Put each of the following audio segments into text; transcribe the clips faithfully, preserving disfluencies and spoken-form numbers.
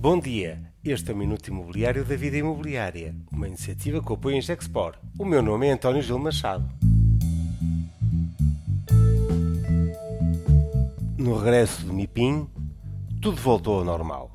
Bom dia, este é o Minuto Imobiliário da Vida Imobiliária, uma iniciativa que apoia a Gexpor. O meu nome é António Gil Machado. No regresso do MIPIM, tudo voltou ao normal.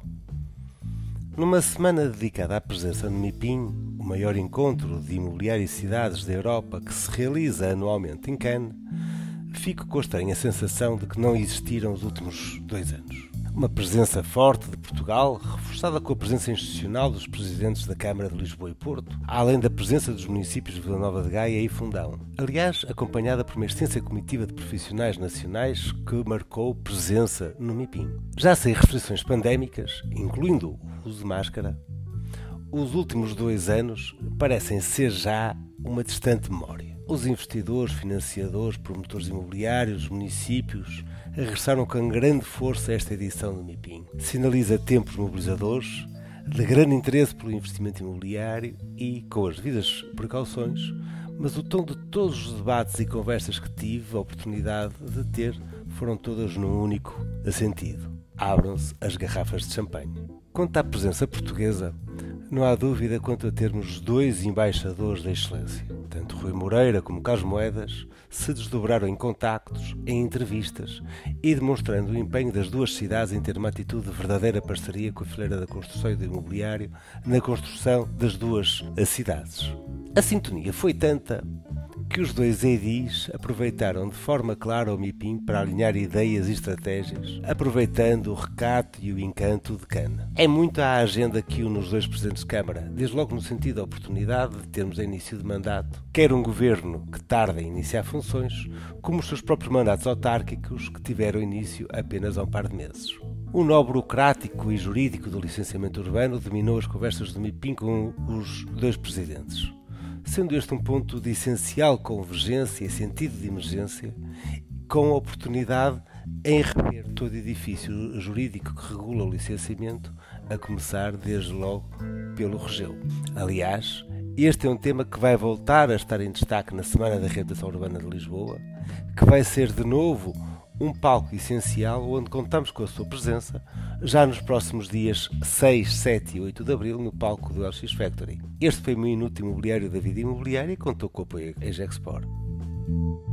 Numa semana dedicada à presença no MIPIM, o maior encontro de imobiliário e cidades da Europa que se realiza anualmente em Cannes, fico com a estranha sensação de que não existiram os últimos dois anos. Uma presença forte de Portugal, reforçada com a presença institucional dos presidentes da Câmara de Lisboa e Porto, além da presença dos municípios de Vila Nova de Gaia e Fundão. Aliás, acompanhada por uma extensa comitiva de profissionais nacionais que marcou presença no MIPIM. Já sem restrições pandémicas, incluindo o uso de máscara, os últimos dois anos parecem ser já uma distante memória. Os investidores, financiadores, promotores imobiliários, municípios regressaram com grande força a esta edição do MIPIM. Sinaliza tempos mobilizadores, de grande interesse pelo investimento imobiliário e, com as devidas precauções, mas o tom de todos os debates e conversas que tive a oportunidade de ter foram todas num único sentido. Abram-se as garrafas de champanhe. Quanto à presença portuguesa, não há dúvida quanto a termos dois embaixadores da excelência. Tanto Rui Moreira como Carlos Moedas se desdobraram em contactos, em entrevistas e demonstrando o empenho das duas cidades em ter uma atitude de verdadeira parceria com a fileira da construção e do imobiliário na construção das duas cidades. A sintonia foi tanta que os dois edis aproveitaram de forma clara o MIPIM para alinhar ideias e estratégias, aproveitando o recato e o encanto de Cannes. É muito a agenda que une os dois presidentes de Câmara, desde logo no sentido da oportunidade de termos a início de mandato, quer um governo que tarda em iniciar funções, como os seus próprios mandatos autárquicos que tiveram início apenas há um par de meses. O nó burocrático e jurídico do licenciamento urbano dominou as conversas do MIPIM com os dois presidentes, sendo este um ponto de essencial convergência e sentido de emergência, com a oportunidade em rever todo o edifício jurídico que regula o licenciamento, a começar desde logo pelo Regeu. Aliás, este é um tema que vai voltar a estar em destaque na Semana da Reabilitação Urbana de Lisboa, que vai ser de novo um palco essencial onde contamos com a sua presença já nos próximos dias seis, sete e oito de abril no palco do L X Factory. Este foi o Minuto Imobiliário da Vida Imobiliária e contou com o apoio a Gexpor.